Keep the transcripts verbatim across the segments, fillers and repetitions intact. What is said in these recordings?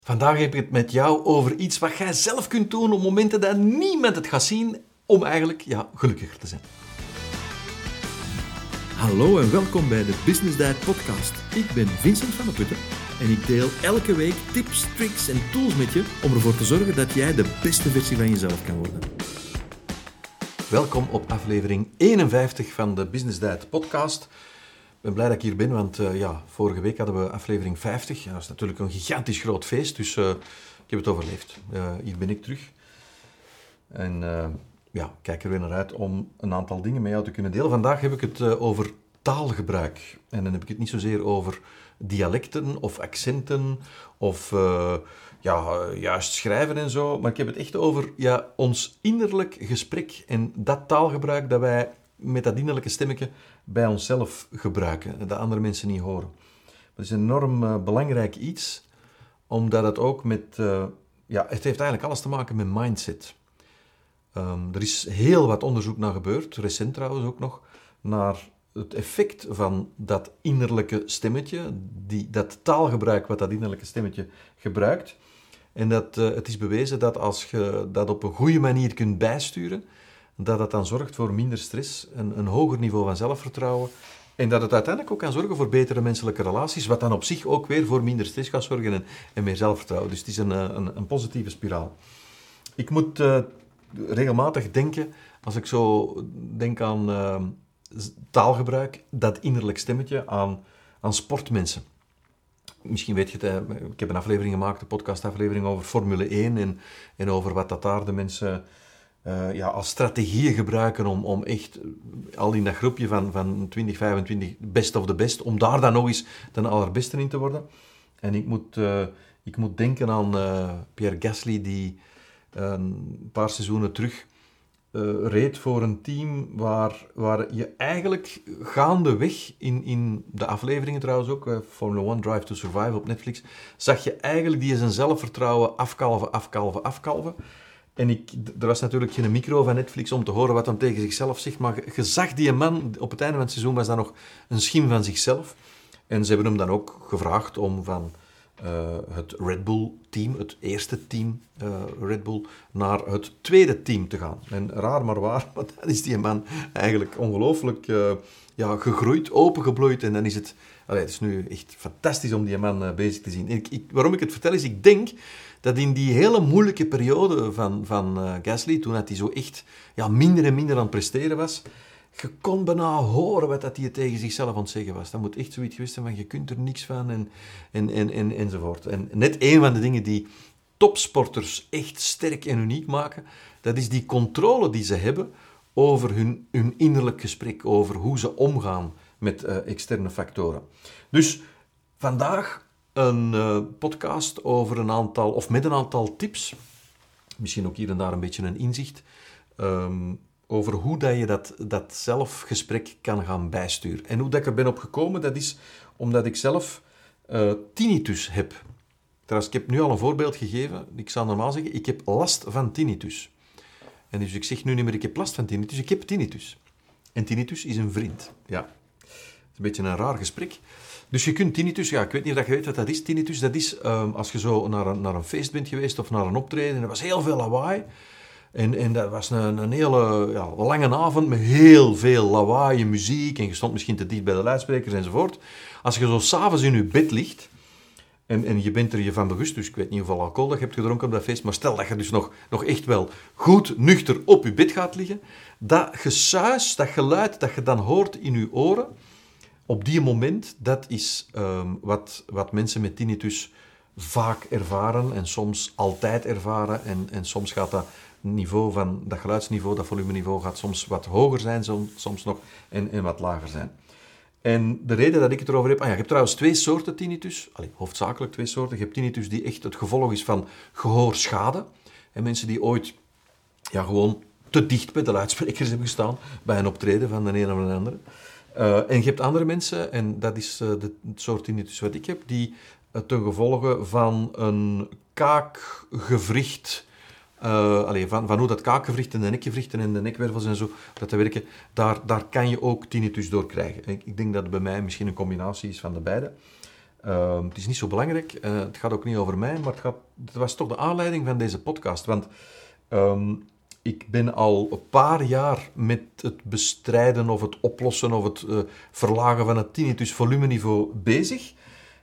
Vandaag heb ik het met jou over iets wat jij zelf kunt doen op momenten dat niemand het gaat zien, om eigenlijk ja, gelukkiger te zijn. Hallo en welkom bij de Business Diet Podcast. Ik ben Vincent van der Putten en ik deel elke week tips, tricks en tools met je om ervoor te zorgen dat jij de beste versie van jezelf kan worden. Welkom op aflevering eenenvijftig van de Business Diet Podcast. Ik ben blij dat ik hier ben, want uh, ja, vorige week hadden we aflevering vijftig. Ja, dat is natuurlijk een gigantisch groot feest, dus uh, ik heb het overleefd. Uh, hier ben ik terug. En uh, ja, ik kijk er weer naar uit om een aantal dingen met jou te kunnen delen. Vandaag heb ik het uh, over taalgebruik. En dan heb ik het niet zozeer over dialecten of accenten of uh, ja, juist schrijven en zo. Maar ik heb het echt over ja, ons innerlijk gesprek en dat taalgebruik dat wij met dat innerlijke stemmetje bij onszelf gebruiken, dat andere mensen niet horen. Dat is een enorm uh, belangrijk iets, omdat het ook met... Uh, ja, het heeft eigenlijk alles te maken met mindset. Um, er is heel wat onderzoek naar gebeurd, recent trouwens ook nog, naar het effect van dat innerlijke stemmetje, die, dat taalgebruik wat dat innerlijke stemmetje gebruikt. En dat, uh, het is bewezen dat als je dat op een goede manier kunt bijsturen, dat dat dan zorgt voor minder stress, een, een hoger niveau van zelfvertrouwen en dat het uiteindelijk ook kan zorgen voor betere menselijke relaties, wat dan op zich ook weer voor minder stress gaat zorgen en, en meer zelfvertrouwen. Dus het is een, een, een positieve spiraal. Ik moet uh, regelmatig denken, als ik zo denk aan uh, taalgebruik, dat innerlijk stemmetje, aan, aan sportmensen. Misschien weet je het, ik heb een aflevering gemaakt, een podcastaflevering over Formule één en, en over wat dat daar de mensen uh, ja, als strategieën gebruiken om, om echt al in dat groepje van, van twintig, vijfentwintig best of the best, om daar dan nog eens de allerbeste in te worden. En ik moet, uh, ik moet denken aan uh, Pierre Gasly, die uh, een paar seizoenen terug Uh, reed voor een team waar, waar je eigenlijk gaandeweg, in, in de afleveringen trouwens ook, uh, Formula One Drive to Survive op Netflix, zag je eigenlijk die zijn zelfvertrouwen afkalven, afkalven, afkalven. En ik, er was natuurlijk geen micro van Netflix om te horen wat hij tegen zichzelf zegt, maar je zag die man, op het einde van het seizoen was dat nog een schim van zichzelf. En ze hebben hem dan ook gevraagd om van Uh, het Red Bull-team, het eerste team uh, Red Bull, naar het tweede team te gaan. En raar maar waar, want dan is die man eigenlijk ongelooflijk uh, ja, gegroeid, opengebloeid. En dan is het... Allee, het is nu echt fantastisch om die man uh, bezig te zien. Ik, ik, waarom ik het vertel is, ik denk dat in die hele moeilijke periode van, van uh, Gasly, toen hij zo echt ja, minder en minder aan het presteren was, je kon bijna horen wat dat hij tegen zichzelf aan het zeggen was. Dat moet echt zoiets geweest zijn van, je kunt er niks van en, en, en, en, enzovoort. En net een van de dingen die topsporters echt sterk en uniek maken, dat is die controle die ze hebben over hun, hun innerlijk gesprek, over hoe ze omgaan met uh, externe factoren. Dus vandaag een uh, podcast over een aantal, of met een aantal tips, misschien ook hier en daar een beetje een inzicht, um, over hoe dat je dat, dat zelfgesprek kan gaan bijsturen. En hoe dat ik er ben op gekomen, dat is omdat ik zelf uh, tinnitus heb. Trouwens, ik heb nu al een voorbeeld gegeven. Ik zou normaal zeggen, ik heb last van tinnitus. En dus ik zeg nu niet meer, ik heb last van tinnitus, ik heb tinnitus. En tinnitus is een vriend. Ja, het is een beetje een raar gesprek. Dus je kunt tinnitus, ja, ik weet niet of je weet wat dat is. Tinnitus, dat is um, als je zo naar een, naar een feest bent geweest of naar een optreden en er was heel veel lawaai. En, en dat was een, een hele ja, lange avond met heel veel lawaai en muziek. En je stond misschien te dicht bij de luidsprekers enzovoort. Als je zo s'avonds in je bed ligt en, en je bent er je van bewust, dus ik weet niet hoeveel alcohol dat je hebt gedronken op dat feest, maar stel dat je dus nog, nog echt wel goed nuchter op je bed gaat liggen, dat gesuis, dat geluid dat je dan hoort in je oren, op die moment, dat is um, wat, wat mensen met tinnitus vaak ervaren en soms altijd ervaren. En, en soms gaat dat niveau van dat geluidsniveau, dat volumeniveau, gaat soms wat hoger zijn, soms nog, en, en wat lager zijn. En de reden dat ik het erover heb... Ah ja, je hebt trouwens twee soorten tinnitus. Allee, hoofdzakelijk twee soorten. Je hebt tinnitus die echt het gevolg is van gehoorschade. En mensen die ooit ja, gewoon te dicht bij de luidsprekers hebben gestaan bij een optreden van de een of de andere. Uh, en je hebt andere mensen, en dat is uh, de, het soort tinnitus wat ik heb, die uh, ten gevolge van een kaakgewricht... Uh, allez, van, van hoe dat kaakgewricht en de nekgewrichten en de nekwervels en zo, dat te werken, daar, daar kan je ook tinnitus door krijgen. Ik, ik denk dat het bij mij misschien een combinatie is van de beide. Uh, het is niet zo belangrijk, uh, het gaat ook niet over mij, maar het, gaat, het was toch de aanleiding van deze podcast. Want um, ik ben al een paar jaar met het bestrijden of het oplossen of het uh, verlagen van het tinnitus volumeniveau bezig.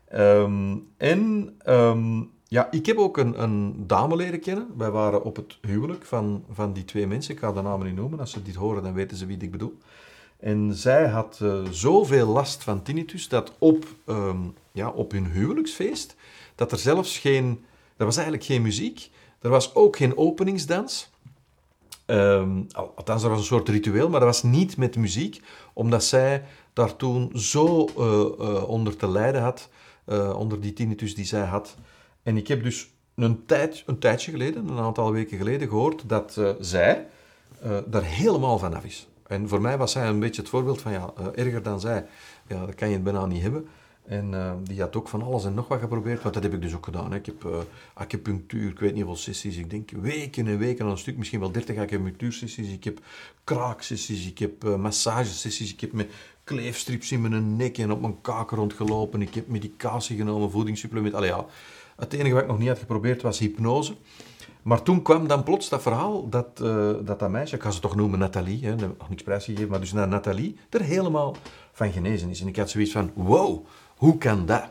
Um, en um, ja, ik heb ook een, een dame leren kennen. Wij waren op het huwelijk van, van die twee mensen. Ik ga de namen niet noemen. Als ze dit horen, dan weten ze wie ik bedoel. En zij had uh, zoveel last van tinnitus dat op, um, ja, op hun huwelijksfeest, dat er zelfs geen... Er was eigenlijk geen muziek. Er was ook geen openingsdans. Um, althans, er was een soort ritueel, maar dat was niet met muziek, omdat zij daar toen zo uh, uh, onder te lijden had, uh, onder die tinnitus die zij had. En ik heb dus een, tijd, een tijdje geleden, een aantal weken geleden, gehoord dat uh, zij uh, daar helemaal vanaf is. En voor mij was zij een beetje het voorbeeld van, ja, uh, erger dan zij, ja, dat kan je het bijna niet hebben. En uh, die had ook van alles en nog wat geprobeerd, want dat heb ik dus ook gedaan. Hè. Ik heb uh, acupunctuur, ik weet niet hoeveel sessies, ik denk weken en weken aan een stuk, misschien wel dertig acupunctuursessies. Ik heb kraaksessies, ik heb uh, massagesessies, ik heb met kleefstrips in mijn nek en op mijn kaken rondgelopen. Ik heb medicatie genomen, voedingssupplement. Allee, ja. Het enige wat ik nog niet had geprobeerd was hypnose. Maar toen kwam dan plots dat verhaal dat uh, dat, dat meisje, ik ga ze toch noemen Nathalie, hè, nog niks prijsgegeven, maar dus naar Nathalie er helemaal van genezen is. En ik had zoiets van, wow, hoe kan dat?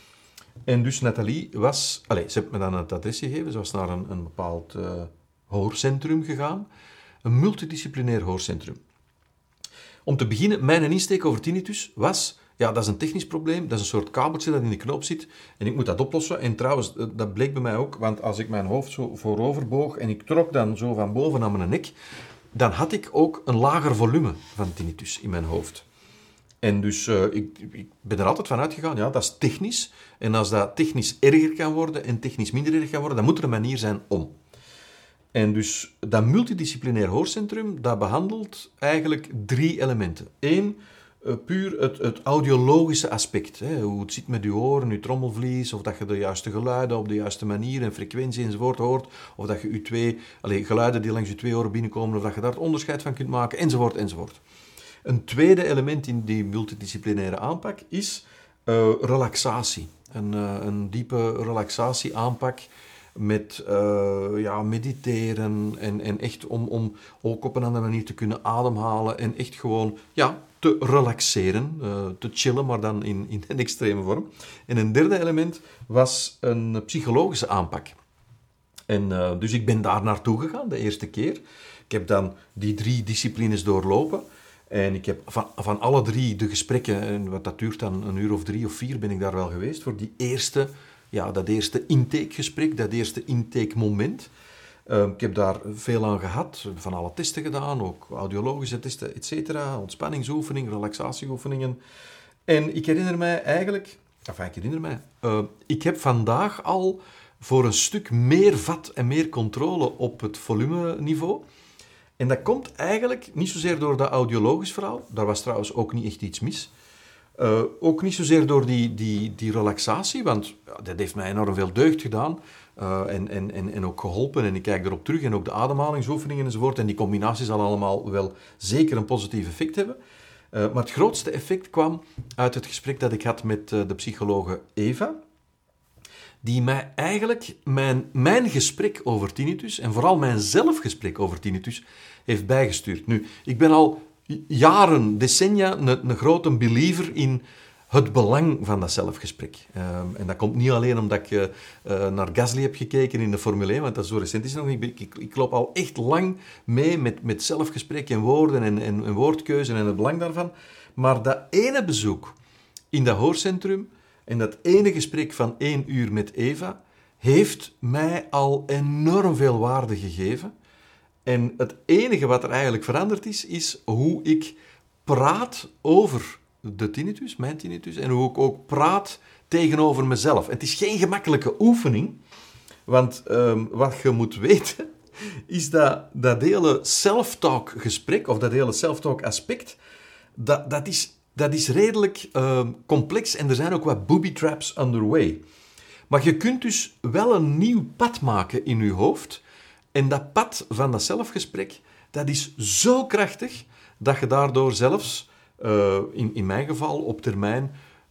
En dus Nathalie was, allez, ze heeft me dan het adres gegeven, ze was naar een, een bepaald uh, hoorcentrum gegaan, een multidisciplinair hoorcentrum. Om te beginnen, mijn insteek over tinnitus was, ja, dat is een technisch probleem, dat is een soort kabeltje dat in de knoop zit en ik moet dat oplossen. En trouwens, dat bleek bij mij ook, want als ik mijn hoofd zo voorover boog en ik trok dan zo van boven naar mijn nek, dan had ik ook een lager volume van tinnitus in mijn hoofd. En dus uh, ik, ik ben er altijd van uitgegaan, ja, dat is technisch. En als dat technisch erger kan worden en technisch minder erg kan worden, dan moet er een manier zijn om. En dus dat multidisciplinair hoorcentrum, dat behandelt eigenlijk drie elementen. Eén, uh, puur het, het audiologische aspect. Hè, hoe het zit met je oren, je trommelvlies, of dat je de juiste geluiden op de juiste manier en frequentie enzovoort hoort, of dat je je twee, allez, geluiden die langs je twee oren binnenkomen, of dat je daar het onderscheid van kunt maken, enzovoort, enzovoort. Een tweede element in die multidisciplinaire aanpak is uh, relaxatie. Een, uh, een diepe relaxatieaanpak met uh, ja, mediteren en, en echt om, om ook op een andere manier te kunnen ademhalen en echt gewoon ja, te relaxeren, uh, te chillen, maar dan in, in een extreme vorm. En een derde element was een psychologische aanpak. En uh, dus ik ben daar naartoe gegaan de eerste keer. Ik heb dan die drie disciplines doorlopen. En ik heb van, van alle drie de gesprekken, en wat dat duurt dan een uur of drie of vier, ben ik daar wel geweest voor die eerste, ja, dat eerste intakegesprek, dat eerste intakemoment. Uh, ik heb daar veel aan gehad, van alle testen gedaan, ook audiologische testen, et cetera, ontspanningsoefeningen, relaxatieoefeningen. En ik herinner mij eigenlijk, enfin, ik herinner mij, uh, ik heb vandaag al voor een stuk meer vat en meer controle op het volumeniveau. En dat komt eigenlijk niet zozeer door dat audiologisch verhaal, daar was trouwens ook niet echt iets mis. Uh, ook niet zozeer door die, die, die relaxatie, want ja, dat heeft mij enorm veel deugd gedaan uh, en, en, en, en ook geholpen. En ik kijk erop terug en ook de ademhalingsoefeningen enzovoort. En die combinatie zal allemaal wel zeker een positief effect hebben. Uh, maar het grootste effect kwam uit het gesprek dat ik had met uh, de psychologe Eva, die mij eigenlijk mijn, mijn gesprek over tinnitus, en vooral mijn zelfgesprek over tinnitus, heeft bijgestuurd. Nu, ik ben al jaren, decennia, een, een grote believer in het belang van dat zelfgesprek. Um, en dat komt niet alleen omdat ik uh, uh, naar Gasly heb gekeken in de Formule één, want dat is zo recent is nog niet. Ik, ik, ik loop al echt lang mee met, met zelfgesprek en woorden en, en, en woordkeuze en het belang daarvan. Maar dat ene bezoek in dat hoorcentrum en dat ene gesprek van één uur met Eva heeft mij al enorm veel waarde gegeven. En het enige wat er eigenlijk veranderd is, is hoe ik praat over de tinnitus, mijn tinnitus, en hoe ik ook praat tegenover mezelf. Het is geen gemakkelijke oefening, want um, wat je moet weten, is dat dat hele self-talk gesprek, of dat hele self-talk aspect, dat, dat, is, dat is redelijk um, complex en er zijn ook wat booby traps underway. Maar je kunt dus wel een nieuw pad maken in je hoofd. En dat pad van dat zelfgesprek, dat is zo krachtig, dat je daardoor zelfs, uh, in, in mijn geval, op termijn,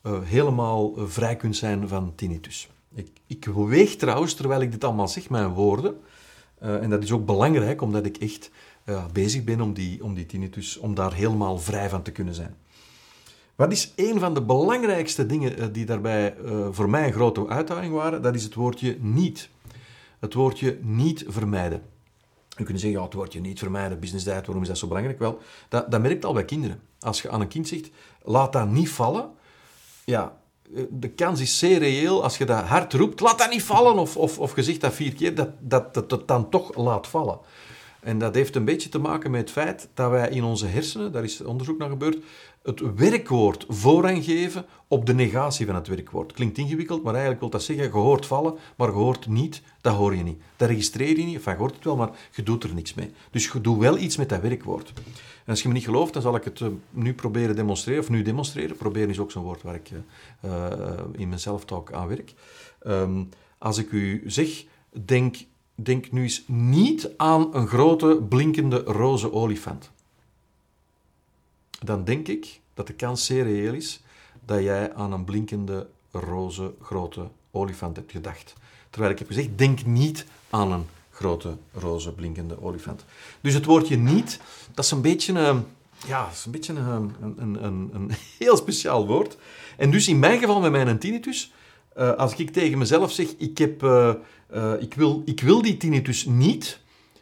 uh, helemaal uh, vrij kunt zijn van tinnitus. Ik, ik weeg trouwens, terwijl ik dit allemaal zeg, mijn woorden. Uh, en dat is ook belangrijk, omdat ik echt uh, bezig ben om die, om die tinnitus, om daar helemaal vrij van te kunnen zijn. Wat is een van de belangrijkste dingen uh, die daarbij uh, voor mij een grote uitdaging waren? Dat is het woordje niet. Het woordje niet vermijden. Je kunt zeggen, ja, het woordje niet vermijden, business diet, waarom is dat zo belangrijk? Wel, dat, dat merkt al bij kinderen. Als je aan een kind zegt, laat dat niet vallen, ja, de kans is zeer reëel, als je dat hard roept, laat dat niet vallen, of, of, of je zegt dat vier keer, dat, dat, dat het dan toch laat vallen. En dat heeft een beetje te maken met het feit dat wij in onze hersenen, daar is onderzoek naar gebeurd, het werkwoord voorrang geven op de negatie van het werkwoord. Klinkt ingewikkeld, maar eigenlijk wil dat zeggen, je hoort vallen, maar je hoort niet, dat hoor je niet. Dat registreer je niet, enfin, je hoort het wel, maar je doet er niks mee. Dus je doet wel iets met dat werkwoord. En als je me niet gelooft, dan zal ik het uh, nu proberen demonstreren, of nu demonstreren. Proberen is ook zo'n woord waar ik uh, uh, in mijn self-talk aan werk. Um, als ik u zeg, denk, denk nu eens niet aan een grote, blinkende, roze olifant. Dan denk ik dat de kans zeer reëel is dat jij aan een blinkende, roze, grote olifant hebt gedacht. Terwijl ik heb gezegd, denk niet aan een grote, roze, blinkende olifant. Dus het woordje niet, dat is een beetje, uh, ja, dat is een, beetje een, een, een, een heel speciaal woord. En dus in mijn geval met mijn tinnitus, uh, als ik tegen mezelf zeg, ik, heb, uh, uh, ik, wil, ik wil die tinnitus niet.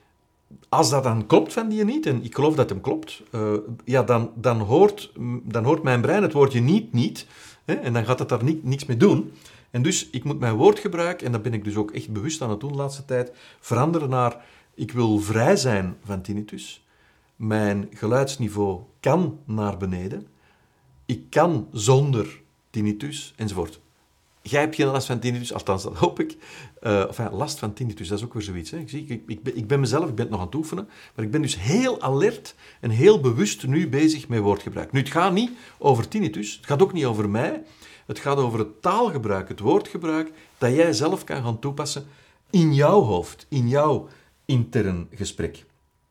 Als dat dan klopt van die niet, en ik geloof dat hem klopt, uh, ja, dan, dan, hoort, dan hoort mijn brein het woordje niet niet, hè, en dan gaat het daar ni- niks mee doen. En dus, ik moet mijn woordgebruik, en dat ben ik dus ook echt bewust aan het doen de laatste tijd, veranderen naar, ik wil vrij zijn van tinnitus, mijn geluidsniveau kan naar beneden, ik kan zonder tinnitus, enzovoort. Jij hebt geen last van tinnitus, althans dat hoop ik. Uh, enfin, last van tinnitus, dat is ook weer zoiets. Hè. Ik, zie, ik, ik, ben, ik ben mezelf, ik ben het nog aan het oefenen, maar ik ben dus heel alert en heel bewust nu bezig met woordgebruik. Nu, het gaat niet over tinnitus, het gaat ook niet over mij. Het gaat over het taalgebruik, het woordgebruik, dat jij zelf kan gaan toepassen in jouw hoofd, in jouw intern gesprek.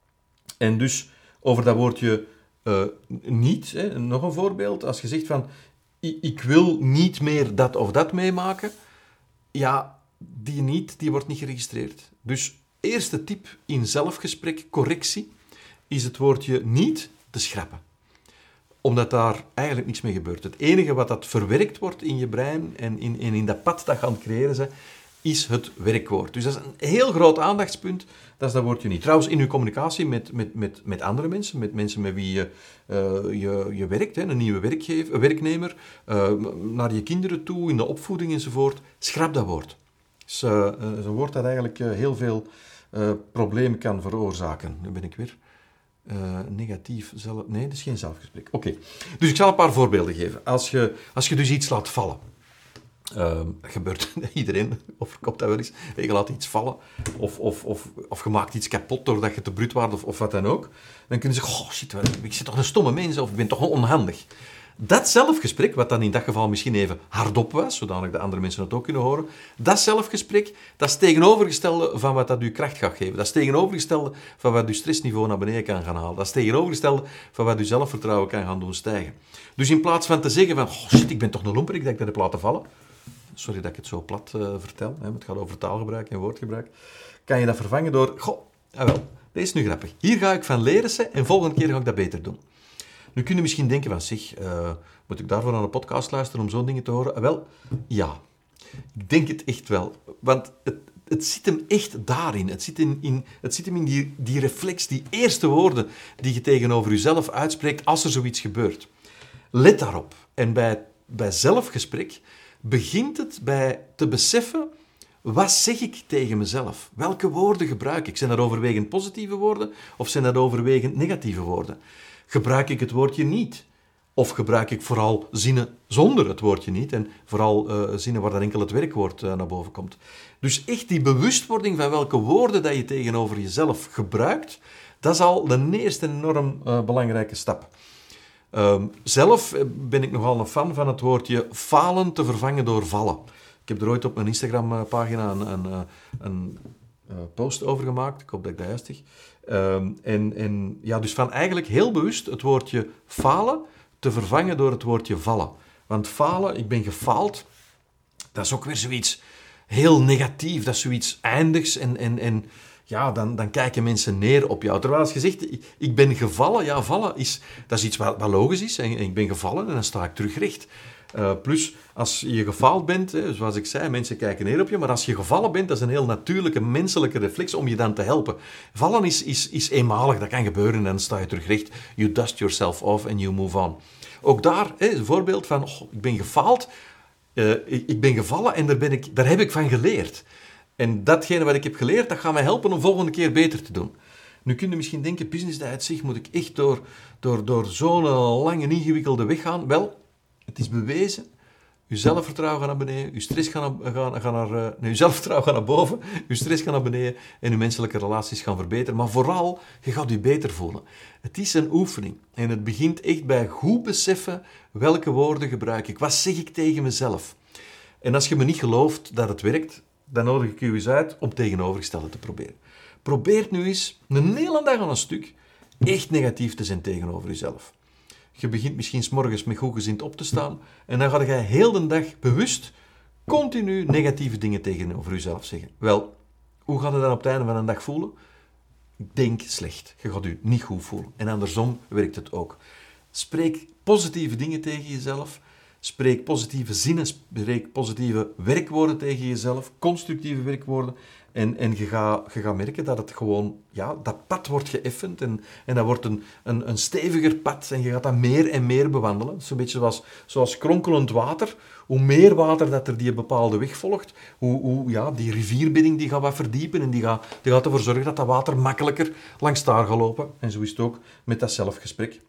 En dus over dat woordje uh, niet, hè, nog een voorbeeld, als je zegt van, ik wil niet meer dat of dat meemaken, ja, die niet, die wordt niet geregistreerd. Dus eerste tip in zelfgesprek, correctie, is het woordje niet te schrappen. Omdat daar eigenlijk niks mee gebeurt. Het enige wat dat verwerkt wordt in je brein en in, en in dat pad dat gaan creëren ze, is het werkwoord. Dus dat is een heel groot aandachtspunt, dat is dat woordje niet. Trouwens, in uw communicatie met, met, met, met andere mensen, met mensen met wie je, uh, je, je werkt, hè, een nieuwe werkgever, een werknemer, uh, naar je kinderen toe, in de opvoeding enzovoort, schrap dat woord. Het is, uh, is een woord dat eigenlijk uh, heel veel uh, problemen kan veroorzaken. Nu ben ik weer uh, negatief. Zelf, nee, dat is geen zelfgesprek. Oké, okay. Dus ik zal een paar voorbeelden geven. Als je, als je dus iets laat vallen. Uh, dat gebeurt iedereen, overkomt dat wel eens. Je laat iets vallen, of, of, of, of je maakt iets kapot doordat je te bruut waart, of, of wat dan ook. Dan kun je zeggen, oh shit, ik zit toch een stomme mens, of ik ben toch onhandig. Dat zelfgesprek, wat dan in dat geval misschien even hardop was, zodanig de andere mensen het ook kunnen horen, dat zelfgesprek, dat is tegenovergestelde van wat dat je kracht gaat geven. Dat is tegenovergestelde van wat je stressniveau naar beneden kan gaan halen. Dat is tegenovergestelde van wat je zelfvertrouwen kan gaan doen stijgen. Dus in plaats van te zeggen van, oh shit, ik ben toch een lomperik dat ik dat heb laten vallen. Sorry dat ik het zo plat uh, vertel, hè, het gaat over taalgebruik en woordgebruik. Kan je dat vervangen door, goh, jawel, dit is nu grappig. Hier ga ik van leren ze en volgende keer ga ik dat beter doen. Nu kun je misschien denken van, zeg, uh, moet ik daarvoor naar een podcast luisteren om zo'n dingen te horen? Wel, ja, ik denk het echt wel. Want het, het zit hem echt daarin. Het zit, in, in, het zit hem in die, die reflex, die eerste woorden die je tegenover jezelf uitspreekt als er zoiets gebeurt. Let daarop. En bij, bij zelfgesprek begint het bij te beseffen, wat zeg ik tegen mezelf? Welke woorden gebruik ik? Zijn dat overwegend positieve woorden of zijn dat overwegend negatieve woorden? Gebruik ik het woordje niet? Of gebruik ik vooral zinnen zonder het woordje niet en vooral uh, zinnen waar dan enkel het werkwoord uh, naar boven komt? Dus echt die bewustwording van welke woorden dat je tegenover jezelf gebruikt, dat is al de eerste enorm uh, belangrijke stap. Um, zelf ben ik nogal een fan van het woordje falen te vervangen door vallen. Ik heb er ooit op mijn Instagram-pagina een, een, een, een post over gemaakt. Ik hoop dat ik dat juist zeg. Um, en, en ja, dus van eigenlijk heel bewust het woordje falen te vervangen door het woordje vallen. Want falen, ik ben gefaald, dat is ook weer zoiets heel negatief. Dat is zoiets eindigs en, en, en ja, dan, dan kijken mensen neer op jou. Terwijl als je zegt, ik, ik ben gevallen, ja, vallen is, dat is iets wat, wat logisch is. En, en ik ben gevallen en dan sta ik terug recht. Uh, plus, als je gefaald bent, hè, zoals ik zei, mensen kijken neer op je, maar als je gevallen bent, dat is een heel natuurlijke, menselijke reflex om je dan te helpen. Vallen is, is, is eenmalig, dat kan gebeuren en dan sta je terug recht. You dust yourself off and you move on. Ook daar, hè, een voorbeeld van, oh, ik ben gefaald, uh, ik, ik ben gevallen en daar, ben ik, daar heb ik van geleerd. En datgene wat ik heb geleerd, dat gaat mij helpen om volgende keer beter te doen. Nu kun je misschien denken, business diet, zeg, moet ik echt door, door, door zo'n lange, ingewikkelde weg gaan? Wel, het is bewezen. Je zelfvertrouwen gaat naar beneden, je stress gaat naar, gaat, gaat naar, nee, je zelfvertrouwen gaat naar boven, je stress gaat naar beneden en je menselijke relaties gaan verbeteren. Maar vooral, je gaat je beter voelen. Het is een oefening en het begint echt bij goed beseffen welke woorden gebruik ik. Wat zeg ik tegen mezelf? En als je me niet gelooft dat het werkt, dan nodig ik u eens uit om tegenovergestelde te proberen. Probeer nu eens een hele dag aan een stuk echt negatief te zijn tegenover jezelf. Je begint misschien 's morgens met goed gezind op te staan en dan ga je heel de dag bewust continu negatieve dingen tegenover jezelf zeggen. Wel, hoe gaat je dan op het einde van een dag voelen? Denk slecht. Je gaat je niet goed voelen. En andersom werkt het ook. Spreek positieve dingen tegen jezelf. Spreek positieve zinnen, spreek positieve werkwoorden tegen jezelf, constructieve werkwoorden. En, en je gaat je gaat merken dat het gewoon, ja, dat pad wordt geëffend en, en dat wordt een, een, een steviger pad en je gaat dat meer en meer bewandelen. Het is een beetje zoals, zoals kronkelend water. Hoe meer water dat er die bepaalde weg volgt, hoe, hoe ja, die rivierbedding die gaat wat verdiepen en die gaat, die gaat ervoor zorgen dat dat water makkelijker langs daar gaat lopen. En zo is het ook met dat zelfgesprek.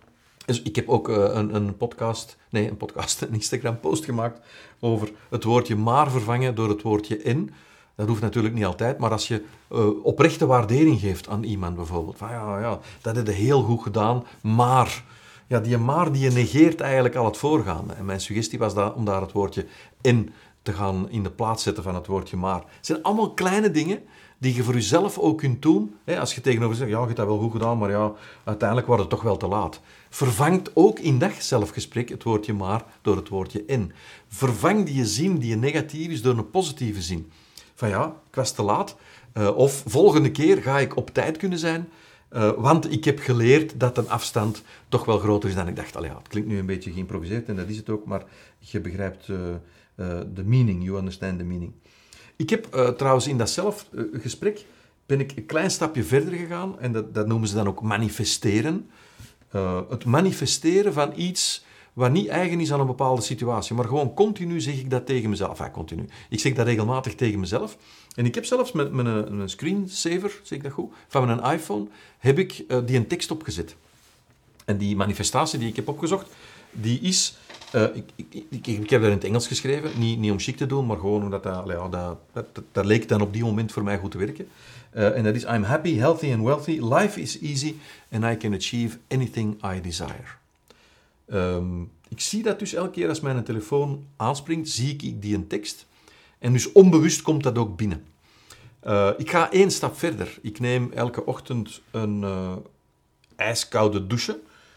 Dus ik heb ook uh, een, een podcast, nee, een podcast, een Instagram-post gemaakt over het woordje maar vervangen door het woordje en. Dat hoeft natuurlijk niet altijd, maar als je uh, oprechte waardering geeft aan iemand bijvoorbeeld, van ja, ja, dat heb je heel goed gedaan, maar... Ja, die maar die negeert eigenlijk al het voorgaande. En mijn suggestie was dat, om daar het woordje en te gaan in de plaats zetten van het woordje maar. Het zijn allemaal kleine dingen die je voor jezelf ook kunt doen. Hè, als je tegenover zegt, ja, je hebt dat wel goed gedaan, maar ja, uiteindelijk wordt het toch wel te laat. Vervangt ook in dat zelfgesprek het woordje maar door het woordje en. Vervang die zin die negatief is door een positieve zin. Van ja, ik was te laat. Uh, of volgende keer ga ik op tijd kunnen zijn. Uh, want ik heb geleerd dat een afstand toch wel groter is dan ik dacht. Allee, ja, het klinkt nu een beetje geïmproviseerd en dat is het ook, maar je begrijpt uh, uh, de meaning, you understand the meaning. Ik heb uh, trouwens in datzelfde uh, gesprek ben ik een klein stapje verder gegaan en dat, dat noemen ze dan ook manifesteren. Uh, het manifesteren van iets wat niet eigen is aan een bepaalde situatie, maar gewoon continu zeg ik dat tegen mezelf. Enfin, continu. Ik zeg dat regelmatig tegen mezelf. En ik heb zelfs met mijn, mijn screensaver, zeg ik dat goed, van mijn iPhone, heb ik uh, die een tekst opgezet. En die manifestatie die ik heb opgezocht, die is... Uh, ik, ik, ik, ik heb dat in het Engels geschreven, niet, niet om chic te doen, maar gewoon omdat dat, ja, dat, dat, dat, dat leek dan op die moment voor mij goed te werken. Uh, en dat is, I'm happy, healthy and wealthy, life is easy and I can achieve anything I desire. Um, ik zie dat dus elke keer als mijn telefoon aanspringt, zie ik die een tekst. En dus onbewust komt dat ook binnen. Uh, ik ga één stap verder. Ik neem elke ochtend een uh, ijskoude douche.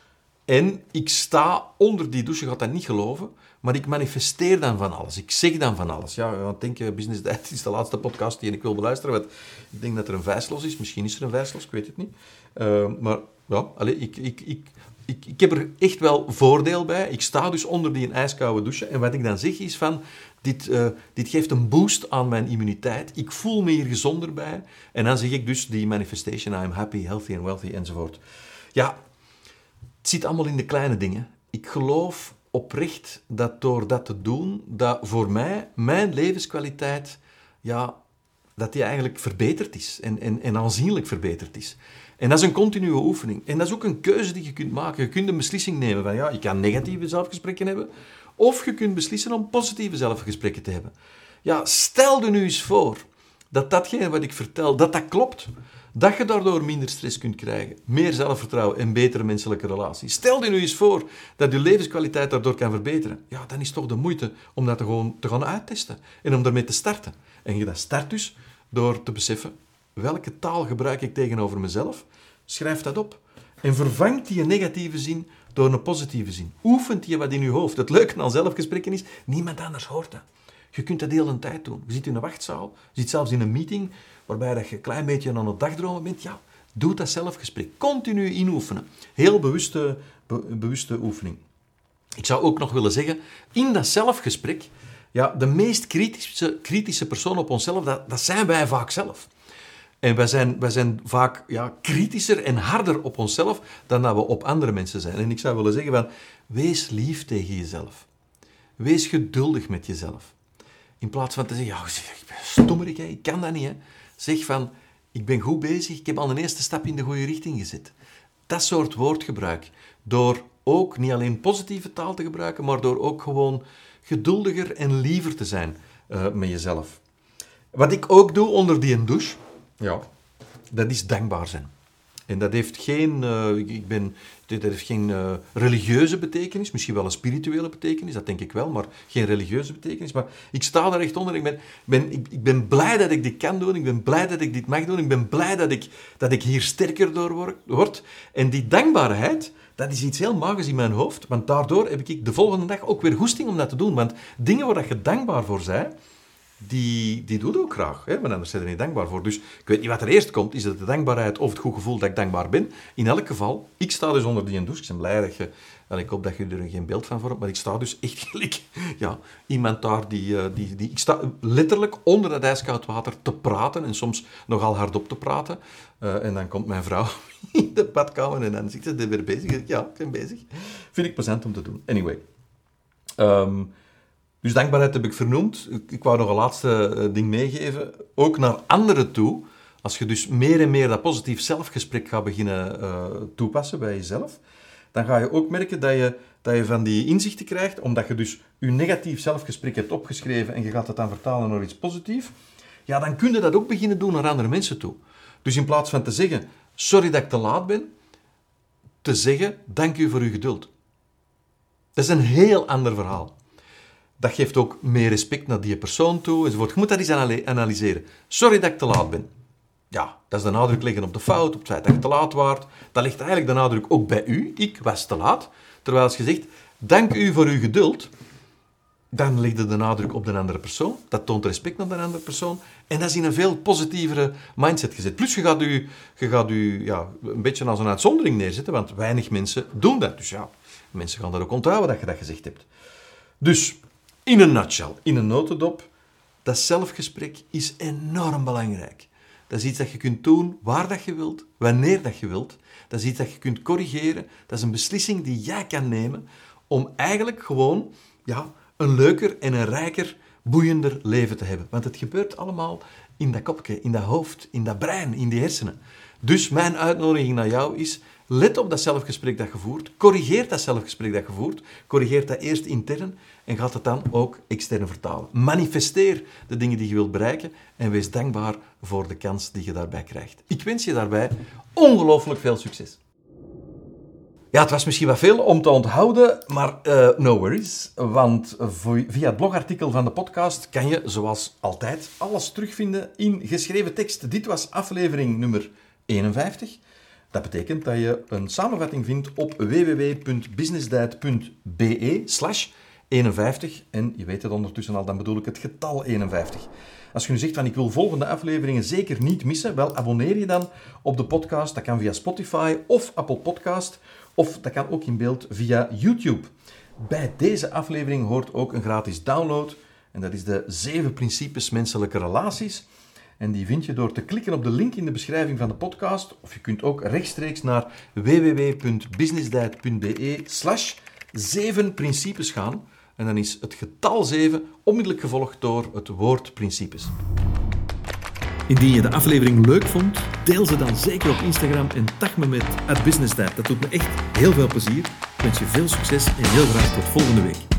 En ik sta onder die douche, je gaat dat niet geloven, maar ik manifesteer dan van alles. Ik zeg dan van alles. Ja, want denk je, Business Diet is de laatste podcast die ik wil beluisteren. Want ik denk dat er een vijslos is. Misschien is er een vijslos, ik weet het niet. Uh, maar ja, allez, ik... ik, ik Ik, ik heb er echt wel voordeel bij. Ik sta dus onder die ijskoude douche. En wat ik dan zeg is van, dit, uh, dit geeft een boost aan mijn immuniteit. Ik voel me hier gezonder bij. En dan zeg ik dus die manifestation, I'm happy, healthy and wealthy, enzovoort. Ja, het zit allemaal in de kleine dingen. Ik geloof oprecht dat door dat te doen, dat voor mij, mijn levenskwaliteit, ja, dat die eigenlijk verbeterd is. En, en, en aanzienlijk verbeterd is. En dat is een continue oefening. En dat is ook een keuze die je kunt maken. Je kunt een beslissing nemen van, ja, je kan negatieve zelfgesprekken hebben, of je kunt beslissen om positieve zelfgesprekken te hebben. Ja, stel je nu eens voor dat datgene wat ik vertel, dat dat klopt. Dat je daardoor minder stress kunt krijgen, meer zelfvertrouwen en betere menselijke relaties. Stel je nu eens voor dat je levenskwaliteit daardoor kan verbeteren. Ja, dan is het toch de moeite om dat gewoon te gaan uittesten en om daarmee te starten. En je dat start dus door te beseffen, welke taal gebruik ik tegenover mezelf? Schrijf dat op. En vervang die negatieve zin door een positieve zin. Oefent je wat in je hoofd. Het leuke aan zelfgesprekken is, niemand anders hoort dat. Je kunt dat de hele tijd doen. Je zit in een wachtzaal, je zit zelfs in een meeting, waarbij dat je een klein beetje aan het dagdromen bent. Ja, doe dat zelfgesprek. Continu inoefenen. Heel bewuste, be, bewuste oefening. Ik zou ook nog willen zeggen, in dat zelfgesprek, ja, de meest kritische, kritische persoon op onszelf, dat, dat zijn wij vaak zelf. En wij zijn, wij zijn vaak ja, kritischer en harder op onszelf dan dat we op andere mensen zijn. En ik zou willen zeggen, van, wees lief tegen jezelf. Wees geduldig met jezelf. In plaats van te zeggen, ja, ik ben stommerik, ik kan dat niet. Hè. Zeg van, ik ben goed bezig, ik heb al een eerste stap in de goede richting gezet. Dat soort woordgebruik. Door ook niet alleen positieve taal te gebruiken, maar door ook gewoon geduldiger en liever te zijn uh, met jezelf. Wat ik ook doe onder die douche, ja, dat is dankbaar zijn. En dat heeft geen, uh, ik ben, dat heeft geen uh, religieuze betekenis, misschien wel een spirituele betekenis, dat denk ik wel, maar geen religieuze betekenis. Maar ik sta daar echt onder. Ik ben, ben, ik, ik ben blij dat ik dit kan doen, ik ben blij dat ik dit mag doen, ik ben blij dat ik, dat ik hier sterker door word. En die dankbaarheid, dat is iets heel magisch in mijn hoofd, want daardoor heb ik de volgende dag ook weer goesting om dat te doen. Want dingen waar je dankbaar voor bent, die, die doe je ook graag, hè? Maar anders ben je er niet dankbaar voor. Dus ik weet niet wat er eerst komt, is het de dankbaarheid of het goed gevoel dat ik dankbaar ben. In elk geval, ik sta dus onder die douche. Ik ben blij dat je, en ik hoop dat je er geen beeld van vormt, maar ik sta dus echt gelijk, ja, iemand daar die, die, die... Ik sta letterlijk onder dat ijskoud water te praten en soms nogal hardop te praten. Uh, en dan komt mijn vrouw in de badkamer en dan zit ze er weer bezig. Ja, ik ben bezig. Vind ik plezant om te doen. Anyway. Um, Dus dankbaarheid heb ik vernoemd. Ik wou nog een laatste ding meegeven. Ook naar anderen toe. Als je dus meer en meer dat positief zelfgesprek gaat beginnen uh, toepassen bij jezelf, dan ga je ook merken dat je, dat je van die inzichten krijgt, omdat je dus je negatief zelfgesprek hebt opgeschreven en je gaat het dan vertalen naar iets positiefs. Ja, dan kun je dat ook beginnen doen naar andere mensen toe. Dus in plaats van te zeggen, sorry dat ik te laat ben, te zeggen, dank u voor uw geduld. Dat is een heel ander verhaal. Dat geeft ook meer respect naar die persoon toe, enzovoort. Je moet dat eens analyseren. Sorry dat ik te laat ben. Ja, dat is de nadruk leggen op de fout, op het feit dat je te laat waart. Dat ligt eigenlijk de nadruk ook bij u. Ik was te laat. Terwijl als je zegt, dank u voor uw geduld, dan leg je de nadruk op de andere persoon. Dat toont respect naar de andere persoon. En dat is in een veel positievere mindset gezet. Plus je gaat u, je gaat u ja, een beetje als een uitzondering neerzetten, want weinig mensen doen dat. Dus ja, mensen gaan dat ook onthouden dat je dat gezegd hebt. Dus, in een nutshell, in een notendop, dat zelfgesprek is enorm belangrijk. Dat is iets dat je kunt doen waar dat je wilt, wanneer dat je wilt. Dat is iets dat je kunt corrigeren. Dat is een beslissing die jij kan nemen om eigenlijk gewoon ja, een leuker en een rijker, boeiender leven te hebben. Want het gebeurt allemaal in dat kopje, in dat hoofd, in dat brein, in die hersenen. Dus mijn uitnodiging naar jou is, let op dat zelfgesprek dat je voert, corrigeer dat zelfgesprek dat je voert, corrigeer dat eerst intern en gaat het dan ook extern vertalen. Manifesteer de dingen die je wilt bereiken en wees dankbaar voor de kans die je daarbij krijgt. Ik wens je daarbij ongelooflijk veel succes. Ja, het was misschien wat veel om te onthouden, maar uh, no worries. Want via het blogartikel van de podcast kan je, zoals altijd, alles terugvinden in geschreven tekst. Dit was aflevering nummer eenenvijftig. Dat betekent dat je een samenvatting vindt op w w w punt businessdiet punt b e slash eenenvijftig. En je weet het ondertussen al, dan bedoel ik het getal eenenvijftig. Als je nu zegt van ik wil volgende afleveringen zeker niet missen, wel abonneer je dan op de podcast. Dat kan via Spotify of Apple Podcast. Of dat kan ook in beeld via YouTube. Bij deze aflevering hoort ook een gratis download. En dat is de zeven principes menselijke relaties. En die vind je door te klikken op de link in de beschrijving van de podcast. Of je kunt ook rechtstreeks naar w w w punt businessdiet punt b e slash zeven principes gaan. En dan is het getal zeven onmiddellijk gevolgd door het woord principes. Indien je de aflevering leuk vond, deel ze dan zeker op Instagram en tag me met at businessdiet. Dat doet me echt heel veel plezier. Ik wens je veel succes en heel graag tot volgende week.